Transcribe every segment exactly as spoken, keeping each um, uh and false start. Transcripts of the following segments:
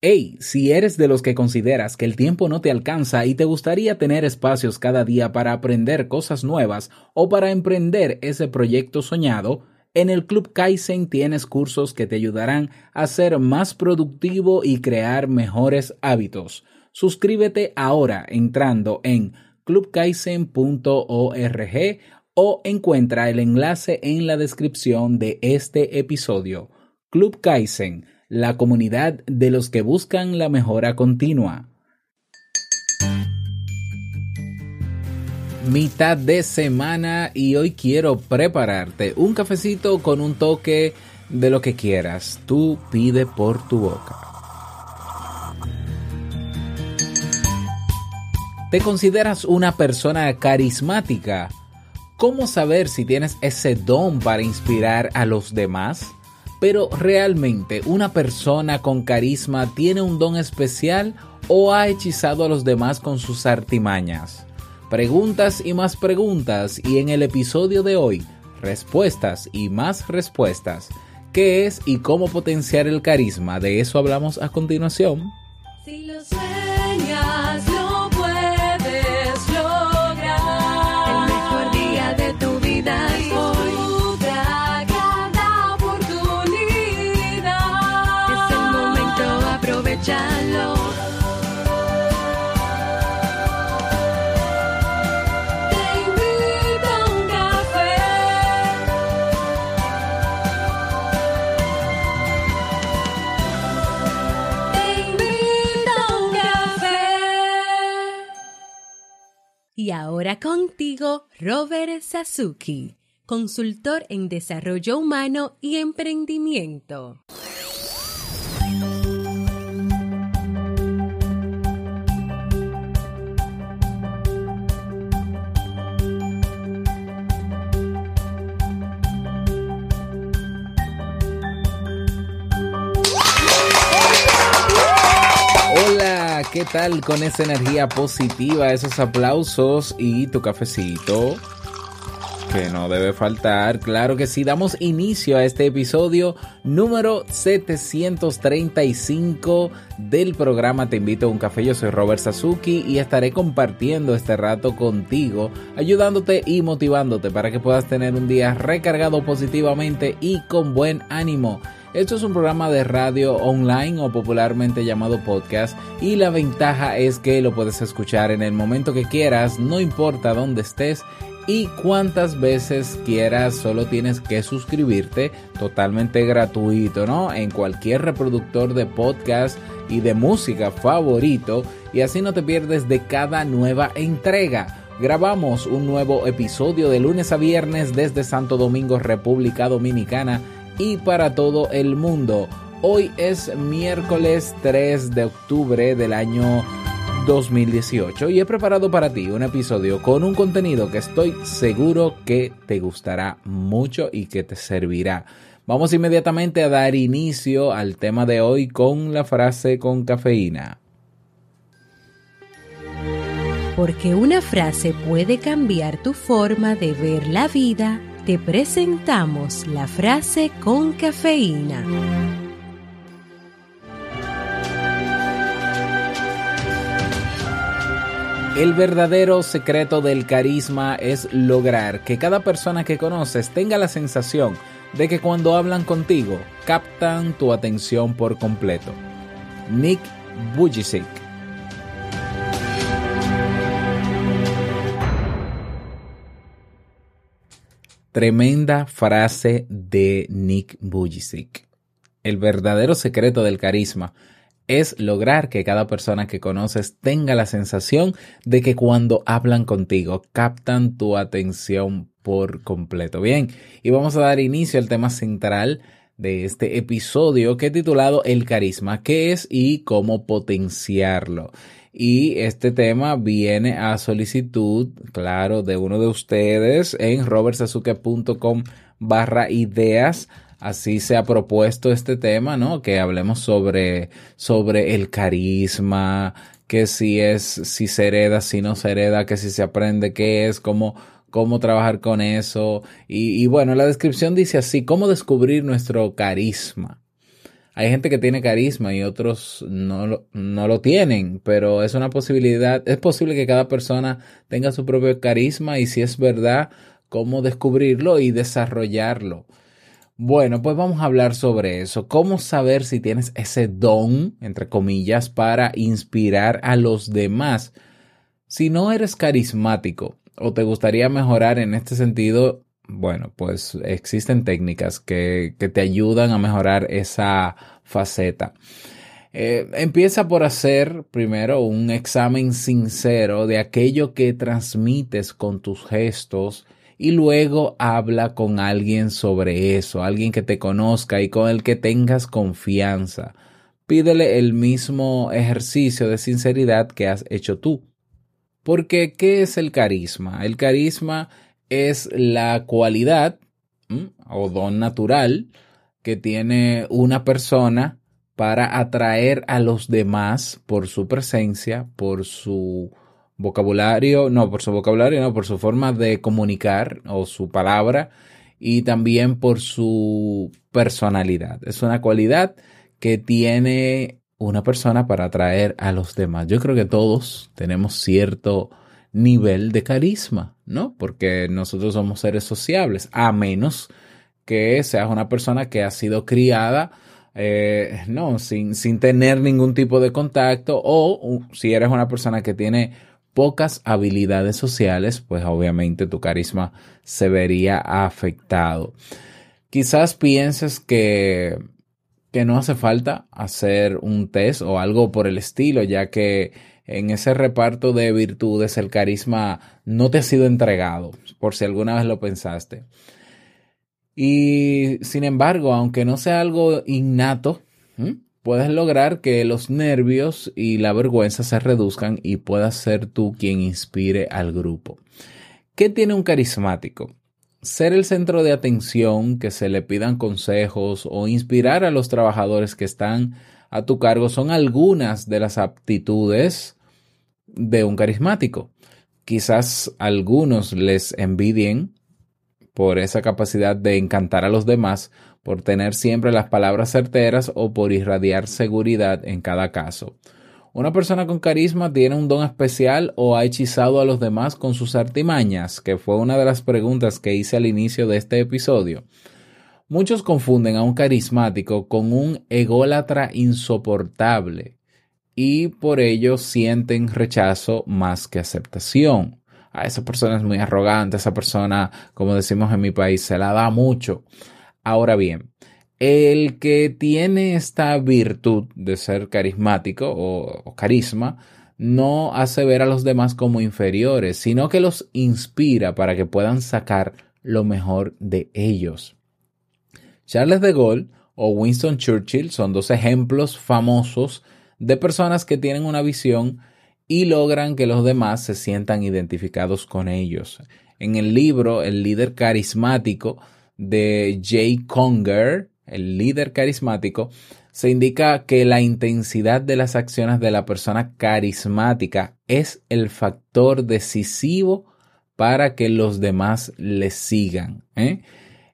Hey, si eres de los que consideras que el tiempo no te alcanza y te gustaría tener espacios cada día para aprender cosas nuevas o para emprender ese proyecto soñado, en el Club Kaizen tienes cursos que te ayudarán a ser más productivo y crear mejores hábitos. Suscríbete ahora entrando en club kaizen punto org o encuentra el enlace en la descripción de este episodio. Club Kaizen, la comunidad de los que buscan la mejora continua. Mitad de semana y hoy quiero prepararte un cafecito con un toque de lo que quieras. Tú pide por tu boca. ¿Te consideras una persona carismática? ¿Cómo saber si tienes ese don para inspirar a los demás? Pero ¿realmente una persona con carisma tiene un don especial o ha hechizado a los demás con sus artimañas? Preguntas y más preguntas, y en el episodio de hoy, respuestas y más respuestas. ¿Qué es y cómo potenciar el carisma? De eso hablamos a continuación. Si lo sueñas, lo puedes lograr. El mejor día de tu vida es hoy. Disfruta cada oportunidad. Es el momento, aprovechalo. Te invito a un café. Te invito a un café. Y ahora contigo, Robert Sasuki, consultor en desarrollo humano y emprendimiento. Hola, ¿qué tal con esa energía positiva, esos aplausos y tu cafecito? Que no debe faltar, claro que sí. Damos inicio a este episodio número setecientos treinta y cinco del programa Te Invito a un Café. Yo soy Robert Sasuki y estaré compartiendo este rato contigo, ayudándote y motivándote para que puedas tener un día recargado positivamente y con buen ánimo. Esto es un programa de radio online o popularmente llamado podcast, y la ventaja es que lo puedes escuchar en el momento que quieras, no importa dónde estés y cuántas veces quieras. Solo tienes que suscribirte, totalmente gratuito, ¿no? En cualquier reproductor de podcast y de música favorito, y así no te pierdes de cada nueva entrega. Grabamos un nuevo episodio de lunes a viernes desde Santo Domingo, República Dominicana, y para todo el mundo. Hoy es miércoles tres de octubre del año dos mil dieciocho y he preparado para ti un episodio con un contenido que estoy seguro que te gustará mucho y que te servirá. Vamos inmediatamente a dar inicio al tema de hoy con la frase con cafeína. Porque una frase puede cambiar tu forma de ver la vida, te presentamos la frase con cafeína. El verdadero secreto del carisma es lograr que cada persona que conoces tenga la sensación de que cuando hablan contigo captan tu atención por completo. Nick Vujicic. Tremenda frase de Nick Vujicic. El verdadero secreto del carisma es lograr que cada persona que conoces tenga la sensación de que cuando hablan contigo captan tu atención por completo. Bien, y vamos a dar inicio al tema central de este episodio que he titulado El carisma, ¿qué es y cómo potenciarlo? Y este tema viene a solicitud, claro, de uno de ustedes en robertsasuke.com barra ideas. Así se ha propuesto este tema, ¿no? Que hablemos sobre, sobre el carisma, que si es, si se hereda, si no se hereda, que si se aprende, qué es, cómo, cómo trabajar con eso. Y, y bueno, la descripción dice así: ¿cómo descubrir nuestro carisma? Hay gente que tiene carisma y otros no lo, no lo tienen, pero es una posibilidad, es posible que cada persona tenga su propio carisma y si es verdad, cómo descubrirlo y desarrollarlo. Bueno, pues vamos a hablar sobre eso. ¿Cómo saber si tienes ese don, entre comillas, para inspirar a los demás? Si no eres carismático o te gustaría mejorar en este sentido, bueno, pues existen técnicas que, que te ayudan a mejorar esa faceta. Eh, empieza por hacer primero un examen sincero de aquello que transmites con tus gestos y luego habla con alguien sobre eso, alguien que te conozca y con el que tengas confianza. Pídele el mismo ejercicio de sinceridad que has hecho tú. Porque, ¿qué es el carisma? El carisma es la cualidad ¿m? o don natural que tiene una persona para atraer a los demás por su presencia, por su vocabulario, no, por su vocabulario, no, por su forma de comunicar o su palabra y también por su personalidad. Es una cualidad que tiene una persona para atraer a los demás. Yo creo que todos tenemos cierto nivel de carisma, ¿no? Porque nosotros somos seres sociables, a menos que seas una persona que ha sido criada eh, no, sin, sin tener ningún tipo de contacto o uh, si eres una persona que tiene pocas habilidades sociales, pues obviamente tu carisma se vería afectado. Quizás pienses que que no hace falta hacer un test o algo por el estilo, ya que en ese reparto de virtudes el carisma no te ha sido entregado, por si alguna vez lo pensaste. Y sin embargo, aunque no sea algo innato, ¿m? puedes lograr que los nervios y la vergüenza se reduzcan y puedas ser tú quien inspire al grupo. ¿Qué tiene un carismático? Ser el centro de atención, que se le pidan consejos o inspirar a los trabajadores que están a tu cargo son algunas de las aptitudes de un carismático. Quizás algunos les envidien por esa capacidad de encantar a los demás, por tener siempre las palabras certeras o por irradiar seguridad en cada caso. Una persona con carisma tiene un don especial o ha hechizado a los demás con sus artimañas, que fue una de las preguntas que hice al inicio de este episodio. Muchos confunden a un carismático con un ególatra insoportable y por ello sienten rechazo más que aceptación. A esa persona es muy arrogante, esa persona, como decimos en mi país, se la da mucho. Ahora bien, el que tiene esta virtud de ser carismático o, o carisma no hace ver a los demás como inferiores, sino que los inspira para que puedan sacar lo mejor de ellos. Charles de Gaulle o Winston Churchill son dos ejemplos famosos de personas que tienen una visión y logran que los demás se sientan identificados con ellos. En el libro El líder carismático de Jay Conger, el líder carismático, se indica que la intensidad de las acciones de la persona carismática es el factor decisivo para que los demás le sigan. ¿eh?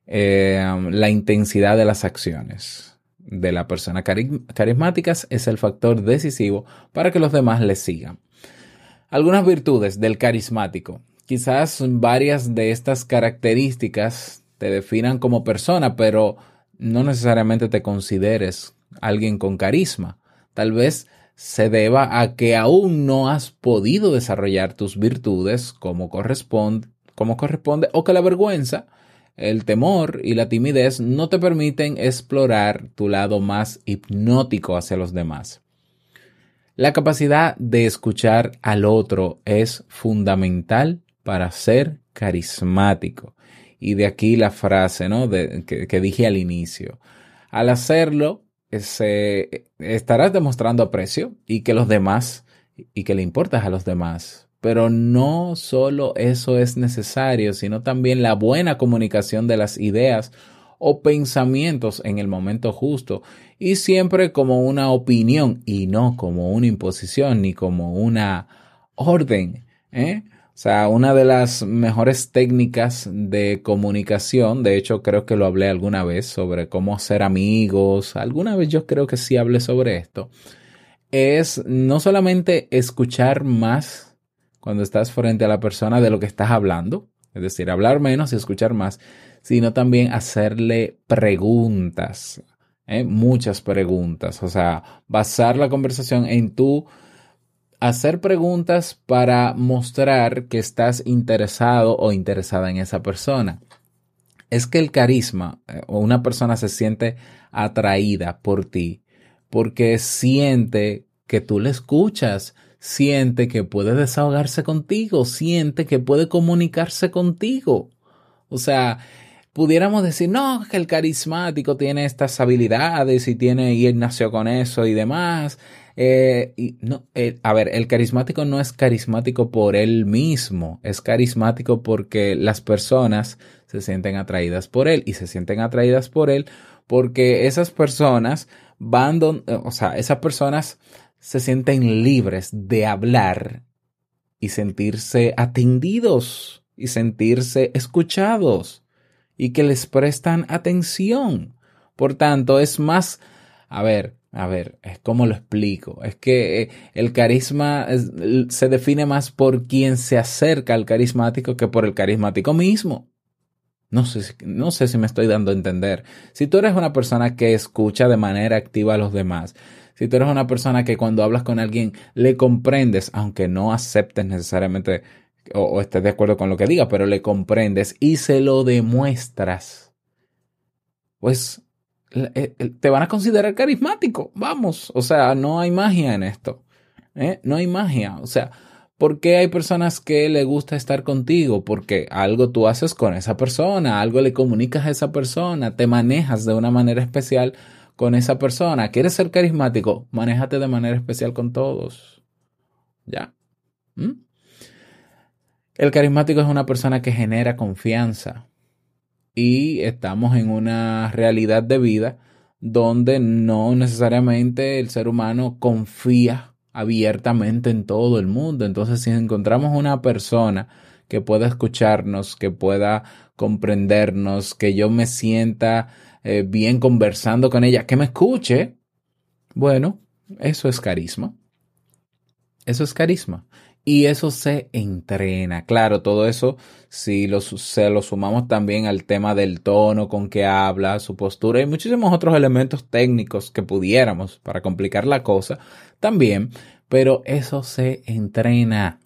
Eh, la intensidad de las acciones de la persona cari- carismática es el factor decisivo para que los demás le sigan. Algunas virtudes del carismático. Quizás varias de estas características te definan como persona, pero no necesariamente te consideres alguien con carisma. Tal vez se deba a que aún no has podido desarrollar tus virtudes como corresponde, como corresponde o que la vergüenza, el temor y la timidez no te permiten explorar tu lado más hipnótico hacia los demás. La capacidad de escuchar al otro es fundamental para ser carismático. Y de aquí la frase, ¿no? de, que, que dije al inicio. Al hacerlo, se, estarás demostrando aprecio y que los demás, y que le importas a los demás. Pero no solo eso es necesario, sino también la buena comunicación de las ideas o pensamientos en el momento justo y siempre como una opinión y no como una imposición ni como una orden, ¿eh? O sea, una de las mejores técnicas de comunicación, de hecho creo que lo hablé alguna vez sobre cómo ser amigos, alguna vez yo creo que sí hablé sobre esto, es no solamente escuchar más cuando estás frente a la persona de lo que estás hablando, es decir, hablar menos y escuchar más, sino también hacerle preguntas, ¿eh? Muchas preguntas, o sea, basar la conversación en tu hacer preguntas para mostrar que estás interesado o interesada en esa persona. Es que el carisma eh, o una persona se siente atraída por ti porque siente que tú le escuchas, siente que puede desahogarse contigo, siente que puede comunicarse contigo. O sea, pudiéramos decir, no, que el carismático tiene estas habilidades y tiene y él nació con eso y demás. Eh, y no, eh, a ver, el carismático no es carismático por él mismo, es carismático porque las personas se sienten atraídas por él y se sienten atraídas por él porque esas personas van, don, o sea, esas personas se sienten libres de hablar y sentirse atendidos y sentirse escuchados y que les prestan atención. Por tanto, es más, a ver, a ver, es como lo explico. Es que eh, el carisma es, se define más por quien se acerca al carismático que por el carismático mismo. No sé, si- no sé si me estoy dando a entender. Si tú eres una persona que escucha de manera activa a los demás, si tú eres una persona que cuando hablas con alguien le comprendes, aunque no aceptes necesariamente o, o estés de acuerdo con lo que diga, pero le comprendes y se lo demuestras, pues eh, eh, te van a considerar carismático. Vamos, o sea, no hay magia en esto. ¿Eh? No hay magia. O sea, ¿por qué hay personas que le gusta estar contigo? Porque algo tú haces con esa persona, algo le comunicas a esa persona, te manejas de una manera especial con esa persona. ¿Quieres ser carismático? Manéjate de manera especial con todos. ¿Ya? ¿Mm? El carismático es una persona que genera confianza y estamos en una realidad de vida donde no necesariamente el ser humano confía abiertamente en todo el mundo. Entonces, si encontramos una persona que pueda escucharnos, que pueda comprendernos, que yo me sienta eh, bien conversando con ella, que me escuche, bueno, eso es carisma. Eso es carisma. Y eso se entrena. Claro, todo eso, si lo, su- se lo sumamos también al tema del tono con que habla, su postura y muchísimos otros elementos técnicos que pudiéramos para complicar la cosa también, pero eso se entrena.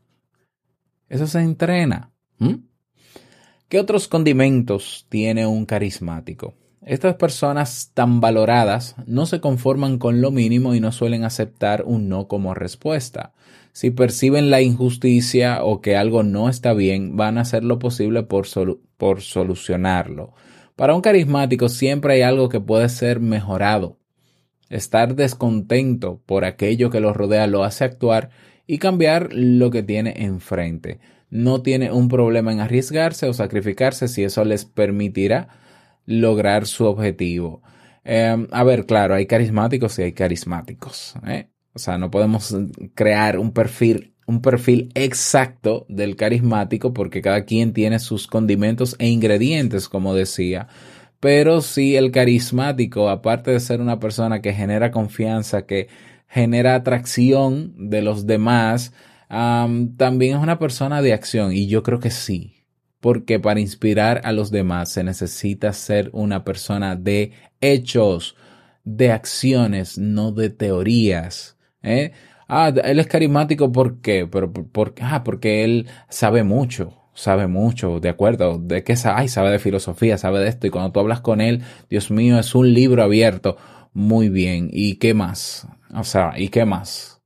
Eso se entrena. ¿Mm? ¿Qué otros condimentos tiene un carismático? Estas personas tan valoradas no se conforman con lo mínimo y no suelen aceptar un no como respuesta. Si perciben la injusticia o que algo no está bien, van a hacer lo posible por, solu- por solucionarlo. Para un carismático siempre hay algo que puede ser mejorado. Estar descontento por aquello que lo rodea lo hace actuar y cambiar lo que tiene enfrente. No tiene un problema en arriesgarse o sacrificarse si eso les permitirá lograr su objetivo. Eh, a ver, claro, hay carismáticos y hay carismáticos, ¿eh? O sea, no podemos crear un perfil, un perfil exacto del carismático porque cada quien tiene sus condimentos e ingredientes, como decía. Pero sí, el carismático, aparte de ser una persona que genera confianza, que genera atracción de los demás, am, también es una persona de acción. Y yo creo que sí, porque para inspirar a los demás se necesita ser una persona de hechos, de acciones, no de teorías. ¿Eh? Ah, él es carismático, ¿por qué? Pero, por, por- ah, porque él sabe mucho, sabe mucho, de acuerdo, de qué sabe, ay, sabe de filosofía, sabe de esto, y cuando tú hablas con él, Dios mío, es un libro abierto. Muy bien, ¿y qué más? O sea, ¿y qué más?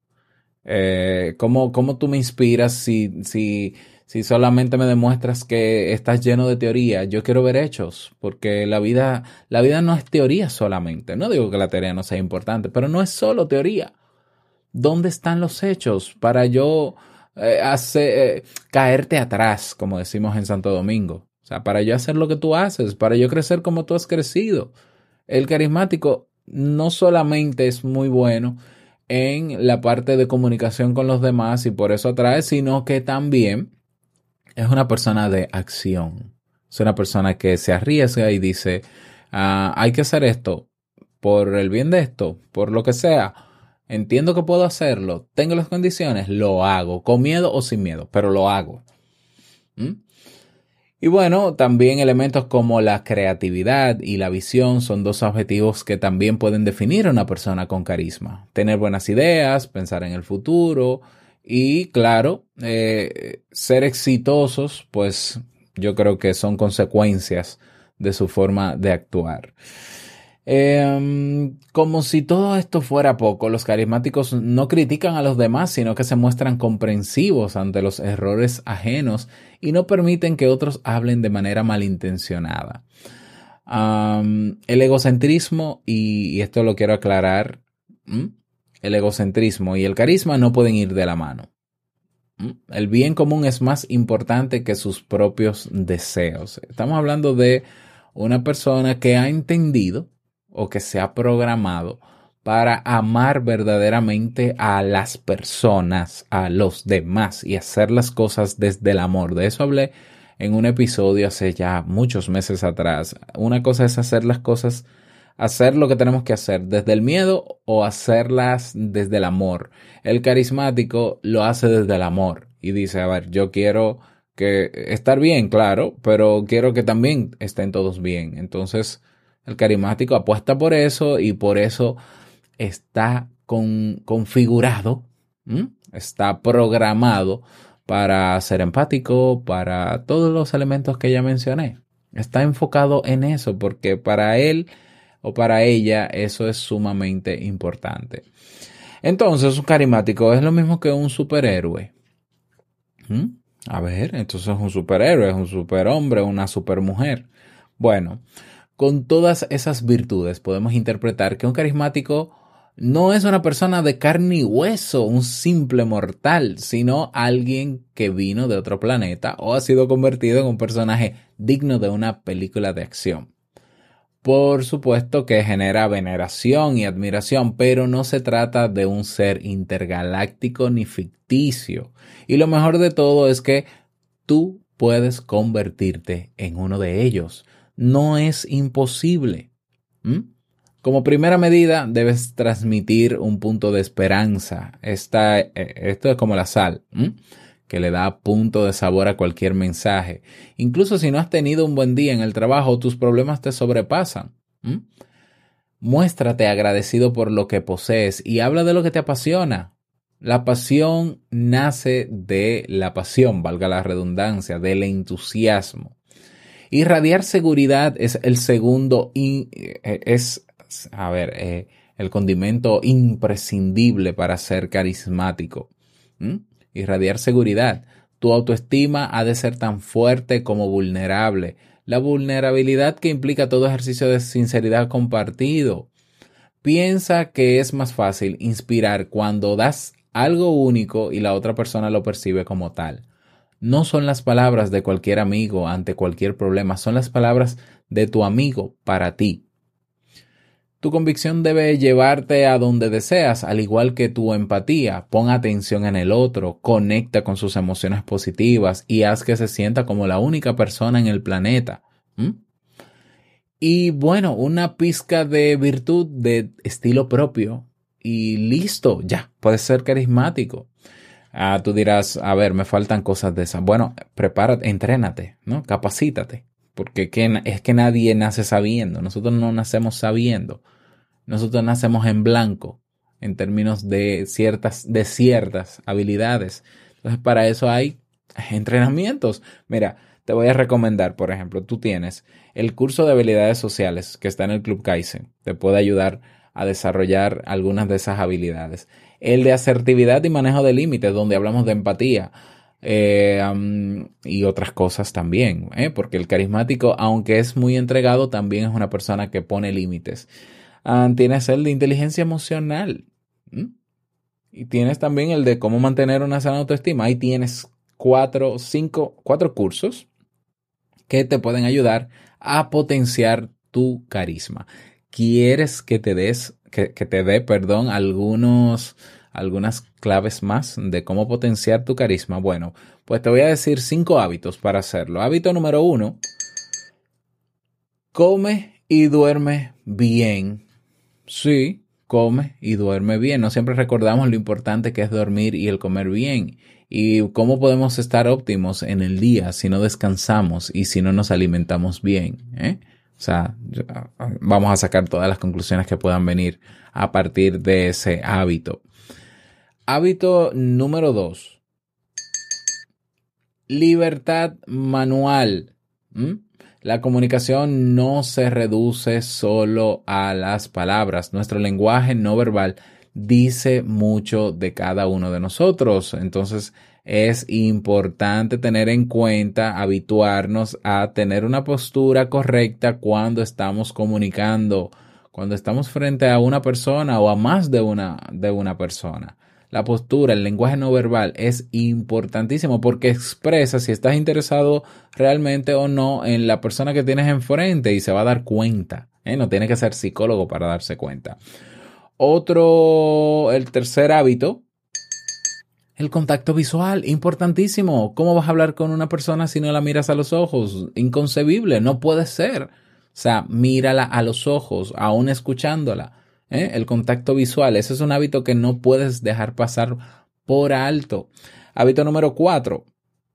Eh, ¿cómo, cómo tú me inspiras si, si, si solamente me demuestras que estás lleno de teoría? Yo quiero ver hechos, porque la vida, la vida no es teoría solamente. No digo que la teoría no sea importante, pero no es solo teoría. ¿Dónde están los hechos para yo eh, hacer, eh, caerte atrás, como decimos en Santo Domingo? O sea, para yo hacer lo que tú haces, para yo crecer como tú has crecido. El carismático no solamente es muy bueno en la parte de comunicación con los demás y por eso atrae, sino que también es una persona de acción. Es una persona que se arriesga y dice, ah, hay que hacer esto por el bien de esto, por lo que sea. Entiendo que puedo hacerlo, tengo las condiciones, lo hago, con miedo o sin miedo, pero lo hago. ¿Mm? Y bueno, también elementos como la creatividad y la visión son dos objetivos que también pueden definir a una persona con carisma. Tener buenas ideas, pensar en el futuro y, claro, eh, ser exitosos, pues yo creo que son consecuencias de su forma de actuar. Eh, como si todo esto fuera poco, los carismáticos no critican a los demás, sino que se muestran comprensivos ante los errores ajenos y no permiten que otros hablen de manera malintencionada. Um, el egocentrismo, y, y esto lo quiero aclarar, ¿m? El egocentrismo y el carisma no pueden ir de la mano. ¿M? El bien común es más importante que sus propios deseos. Estamos hablando de una persona que ha entendido o que se ha programado para amar verdaderamente a las personas, a los demás y hacer las cosas desde el amor. De eso hablé en un episodio hace ya muchos meses atrás. Una cosa es hacer las cosas, hacer lo que tenemos que hacer desde el miedo o hacerlas desde el amor. El carismático lo hace desde el amor y dice, a ver, yo quiero que estar bien, claro, pero quiero que también estén todos bien. Entonces, el carismático apuesta por eso y por eso está con, configurado, ¿m? Está programado para ser empático, para todos los elementos que ya mencioné. Está enfocado en eso porque para él o para ella eso es sumamente importante. Entonces, un carismático es lo mismo que un superhéroe. ¿Mm? A ver, entonces es un superhéroe, es un superhombre, una supermujer. Bueno, con todas esas virtudes podemos interpretar que un carismático no es una persona de carne y hueso, un simple mortal, sino alguien que vino de otro planeta o ha sido convertido en un personaje digno de una película de acción. Por supuesto que genera veneración y admiración, pero no se trata de un ser intergaláctico ni ficticio. Y lo mejor de todo es que tú puedes convertirte en uno de ellos. No es imposible. ¿Mm? Como primera medida, debes transmitir un punto de esperanza. Esta, eh, esto es como la sal, ¿m? que le da punto de sabor a cualquier mensaje. Incluso si no has tenido un buen día en el trabajo, tus problemas te sobrepasan. ¿m? Muéstrate agradecido por lo que posees y habla de lo que te apasiona. La pasión nace de la pasión, valga la redundancia, del entusiasmo. Irradiar seguridad es el segundo, es, a ver, eh, el condimento imprescindible para ser carismático. ¿Mm? Irradiar seguridad. Tu autoestima ha de ser tan fuerte como vulnerable. La vulnerabilidad que implica todo ejercicio de sinceridad compartido. Piensa que es más fácil inspirar cuando das algo único y la otra persona lo percibe como tal. No son las palabras de cualquier amigo ante cualquier problema, son las palabras de tu amigo para ti. Tu convicción debe llevarte a donde deseas, al igual que tu empatía. Pon atención en el otro, conecta con sus emociones positivas y haz que se sienta como la única persona en el planeta. ¿Mm? Y bueno, una pizca de virtud de estilo propio y listo, ya, puedes ser carismático. Ah, tú dirás, a ver, me faltan cosas de esas. Bueno, prepárate, entrénate, ¿no? Capacítate, porque es que nadie nace sabiendo. Nosotros no nacemos sabiendo. Nosotros nacemos en blanco en términos de ciertas, de ciertas habilidades. Entonces, para eso hay entrenamientos. Mira, te voy a recomendar, por ejemplo, tú tienes el curso de habilidades sociales que está en el Club Kaizen. Te puede ayudar a desarrollar algunas de esas habilidades. El de asertividad y manejo de límites, donde hablamos de empatía eh, um, y otras cosas también. ¿eh? Porque el carismático, aunque es muy entregado, también es una persona que pone límites. Uh, tienes el de inteligencia emocional. ¿Mm? Y tienes también el de cómo mantener una sana autoestima. Ahí tienes cuatro, cinco, cuatro cursos que te pueden ayudar a potenciar tu carisma. ¿Quieres que te des, que, que te dé, perdón, algunos, algunas claves más de cómo potenciar tu carisma. Bueno, pues te voy a decir cinco hábitos para hacerlo. Hábito número uno, come y duerme bien. Sí, come y duerme bien. No siempre recordamos lo importante que es dormir y el comer bien. Y cómo podemos estar óptimos en el día si no descansamos y si no nos alimentamos bien, ¿eh? O sea, vamos a sacar todas las conclusiones que puedan venir a partir de ese hábito. Hábito número dos. Libertad manual. ¿Mm? La comunicación no se reduce solo a las palabras. Nuestro lenguaje no verbal dice mucho de cada uno de nosotros. Entonces, es importante tener en cuenta, habituarnos a tener una postura correcta cuando estamos comunicando, cuando estamos frente a una persona o a más de una, de una persona. La postura, el lenguaje no verbal es importantísimo porque expresa si estás interesado realmente o no en la persona que tienes enfrente y se va a dar cuenta, ¿eh? No tiene que ser psicólogo para darse cuenta. Otro, el tercer hábito, el contacto visual, importantísimo. ¿Cómo vas a hablar con una persona si no la miras a los ojos? Inconcebible, no puede ser. O sea, mírala a los ojos, aún escuchándola. ¿Eh? El contacto visual, ese es un hábito que no puedes dejar pasar por alto. Hábito número cuatro,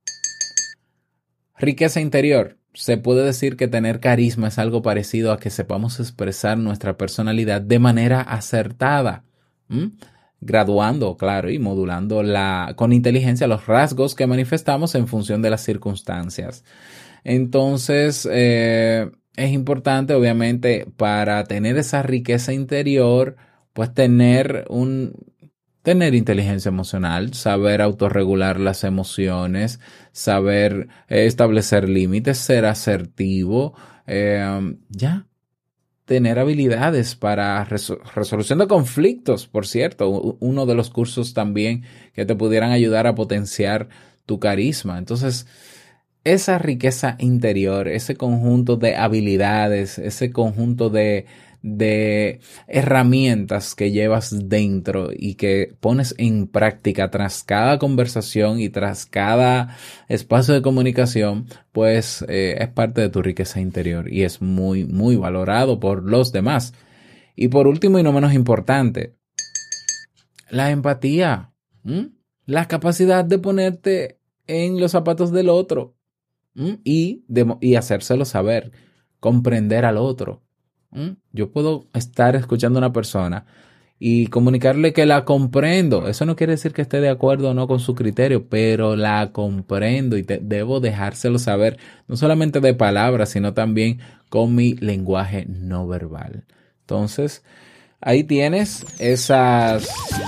riqueza interior. Se puede decir que tener carisma es algo parecido a que sepamos expresar nuestra personalidad de manera acertada. ¿Mm? Graduando, claro, y modulando la, con inteligencia los rasgos que manifestamos en función de las circunstancias. Entonces, eh, es importante, obviamente, para tener esa riqueza interior, pues tener un, tener inteligencia emocional, saber autorregular las emociones, saber eh, establecer límites, ser asertivo, eh, ya. Tener habilidades para resol- resolución de conflictos, por cierto, uno de los cursos también que te pudieran ayudar a potenciar tu carisma. Entonces, esa riqueza interior, ese conjunto de habilidades, ese conjunto de, de herramientas que llevas dentro y que pones en práctica tras cada conversación y tras cada espacio de comunicación, pues eh, es parte de tu riqueza interior y es muy, muy valorado por los demás. Y por último y no menos importante, la empatía, ¿m? La capacidad de ponerte en los zapatos del otro. ¿Mm? Y, de, y hacérselo saber, comprender al otro. ¿Mm? Yo puedo estar escuchando a una persona y comunicarle que la comprendo. Eso no quiere decir que esté de acuerdo o no con su criterio, pero la comprendo y te, debo dejárselo saber, no solamente de palabras, sino también con mi lenguaje no verbal. Entonces, ahí tienes esas,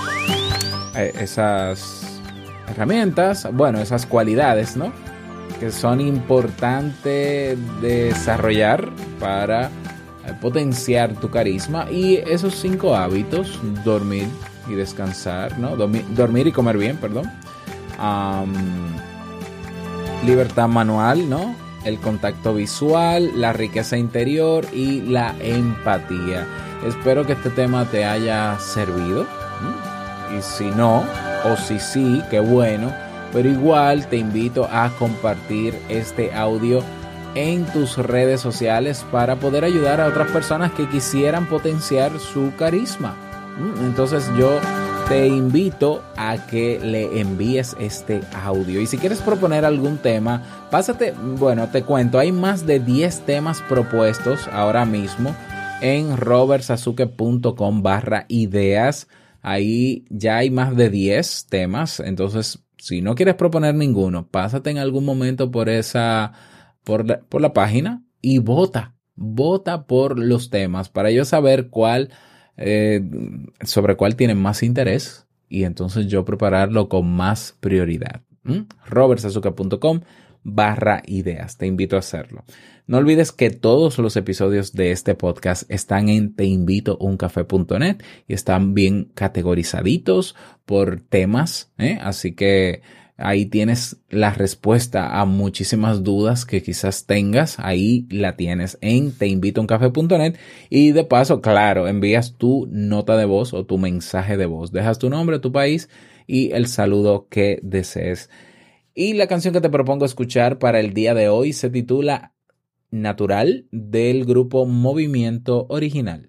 esas herramientas, bueno, esas cualidades, ¿no?, que son importantes desarrollar para potenciar tu carisma. Y esos cinco hábitos, dormir y descansar, ¿no? Dormir, dormir y comer bien, perdón. Um, libertad manual, ¿no? El contacto visual, la riqueza interior y la empatía. Espero que este tema te haya servido. ¿Mm? Y si no, o si sí, qué bueno. Pero igual te invito a compartir este audio en tus redes sociales para poder ayudar a otras personas que quisieran potenciar su carisma. Entonces yo te invito a que le envíes este audio. Y si quieres proponer algún tema, pásate, bueno, te cuento, hay más de diez temas propuestos ahora mismo en robertsazuke.com barra ideas. Ahí ya hay más de diez temas, entonces si no quieres proponer ninguno, pásate en algún momento por esa, por la, por la página y vota, vota por los temas para yo saber cuál, eh, sobre cuál tienen más interés y entonces yo prepararlo con más prioridad. ¿Mm? robertsazuke.com barra ideas. Te invito a hacerlo. No olvides que todos los episodios de este podcast están en te invito un café punto net y están bien categorizaditos por temas, ¿eh? Así que Ahí tienes la respuesta a muchísimas dudas que quizás tengas. Ahí la tienes en te invito a un café punto net. Y de paso, claro, envías tu nota de voz o tu mensaje de voz. Dejas tu nombre, tu país y el saludo que desees. Y la canción que te propongo escuchar para el día de hoy se titula Natural, del grupo Movimiento Original.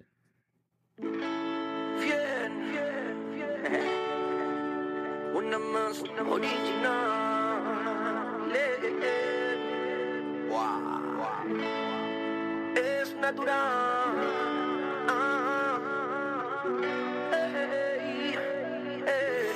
Es natural. Ey, ey,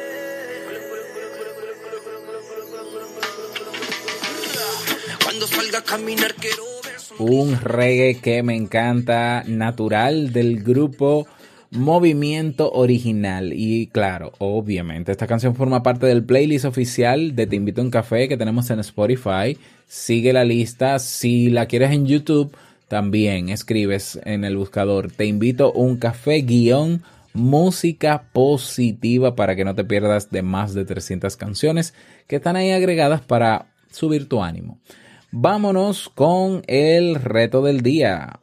Cuando salga a caminar quiero ver su... Un reggae que me encanta, Natural, del grupo Movimiento Original. Y claro, obviamente esta canción forma parte del playlist oficial de Te Invito a un Café que tenemos en Spotify. Sigue la lista. Si la quieres en YouTube, también escribes en el buscador Te Invito a un Café guión música positiva para que no te pierdas de más de trescientas canciones que están ahí agregadas para subir tu ánimo. Vámonos con el reto del día.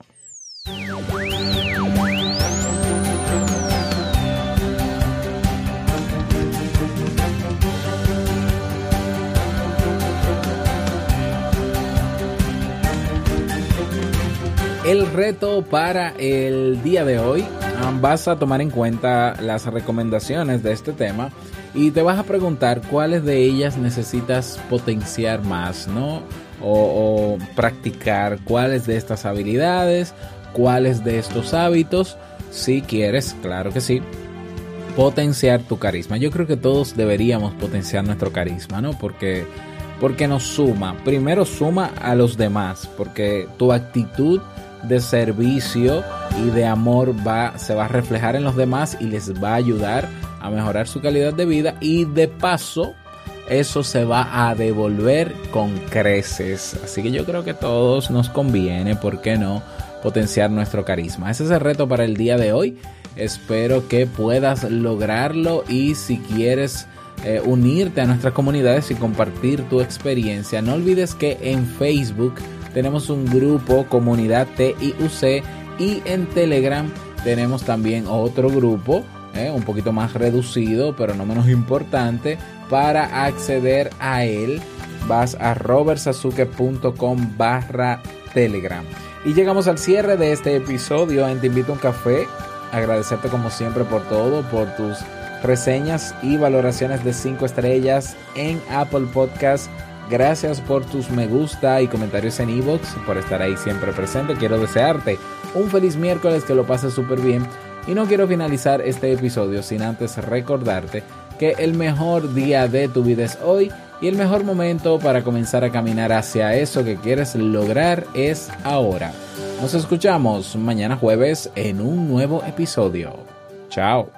El reto para el día de hoy, vas a tomar en cuenta las recomendaciones de este tema y te vas a preguntar cuáles de ellas necesitas potenciar más, ¿no? O, o practicar cuáles de estas habilidades, cuáles de estos hábitos, si quieres, claro que sí, potenciar tu carisma. Yo creo que todos deberíamos potenciar nuestro carisma, ¿no? Porque, porque nos suma. Primero suma a los demás, porque tu actitud de servicio y de amor va, se va a reflejar en los demás y les va a ayudar a mejorar su calidad de vida, y de paso eso se va a devolver con creces. Así que yo creo que a todos nos conviene, ¿por qué no?, potenciar nuestro carisma. Ese es el reto para el día de hoy. Espero que puedas lograrlo, y si quieres eh, unirte a nuestras comunidades y compartir tu experiencia, no olvides que en Facebook tenemos un grupo, Comunidad T I U C, y en Telegram tenemos también otro grupo, eh, un poquito más reducido, pero no menos importante. Para acceder a él, vas a robertsazuke.com barra Telegram. Y llegamos al cierre de este episodio en Te Invito a un Café. Agradecerte como siempre por todo, por tus reseñas y valoraciones de cinco estrellas en Apple Podcast. Gracias por tus me gusta y comentarios en iVoox, por estar ahí siempre presente. Quiero desearte un feliz miércoles, que lo pases súper bien. Y no quiero finalizar este episodio sin antes recordarte que el mejor día de tu vida es hoy, y el mejor momento para comenzar a caminar hacia eso que quieres lograr es ahora. Nos escuchamos mañana jueves en un nuevo episodio. Chao.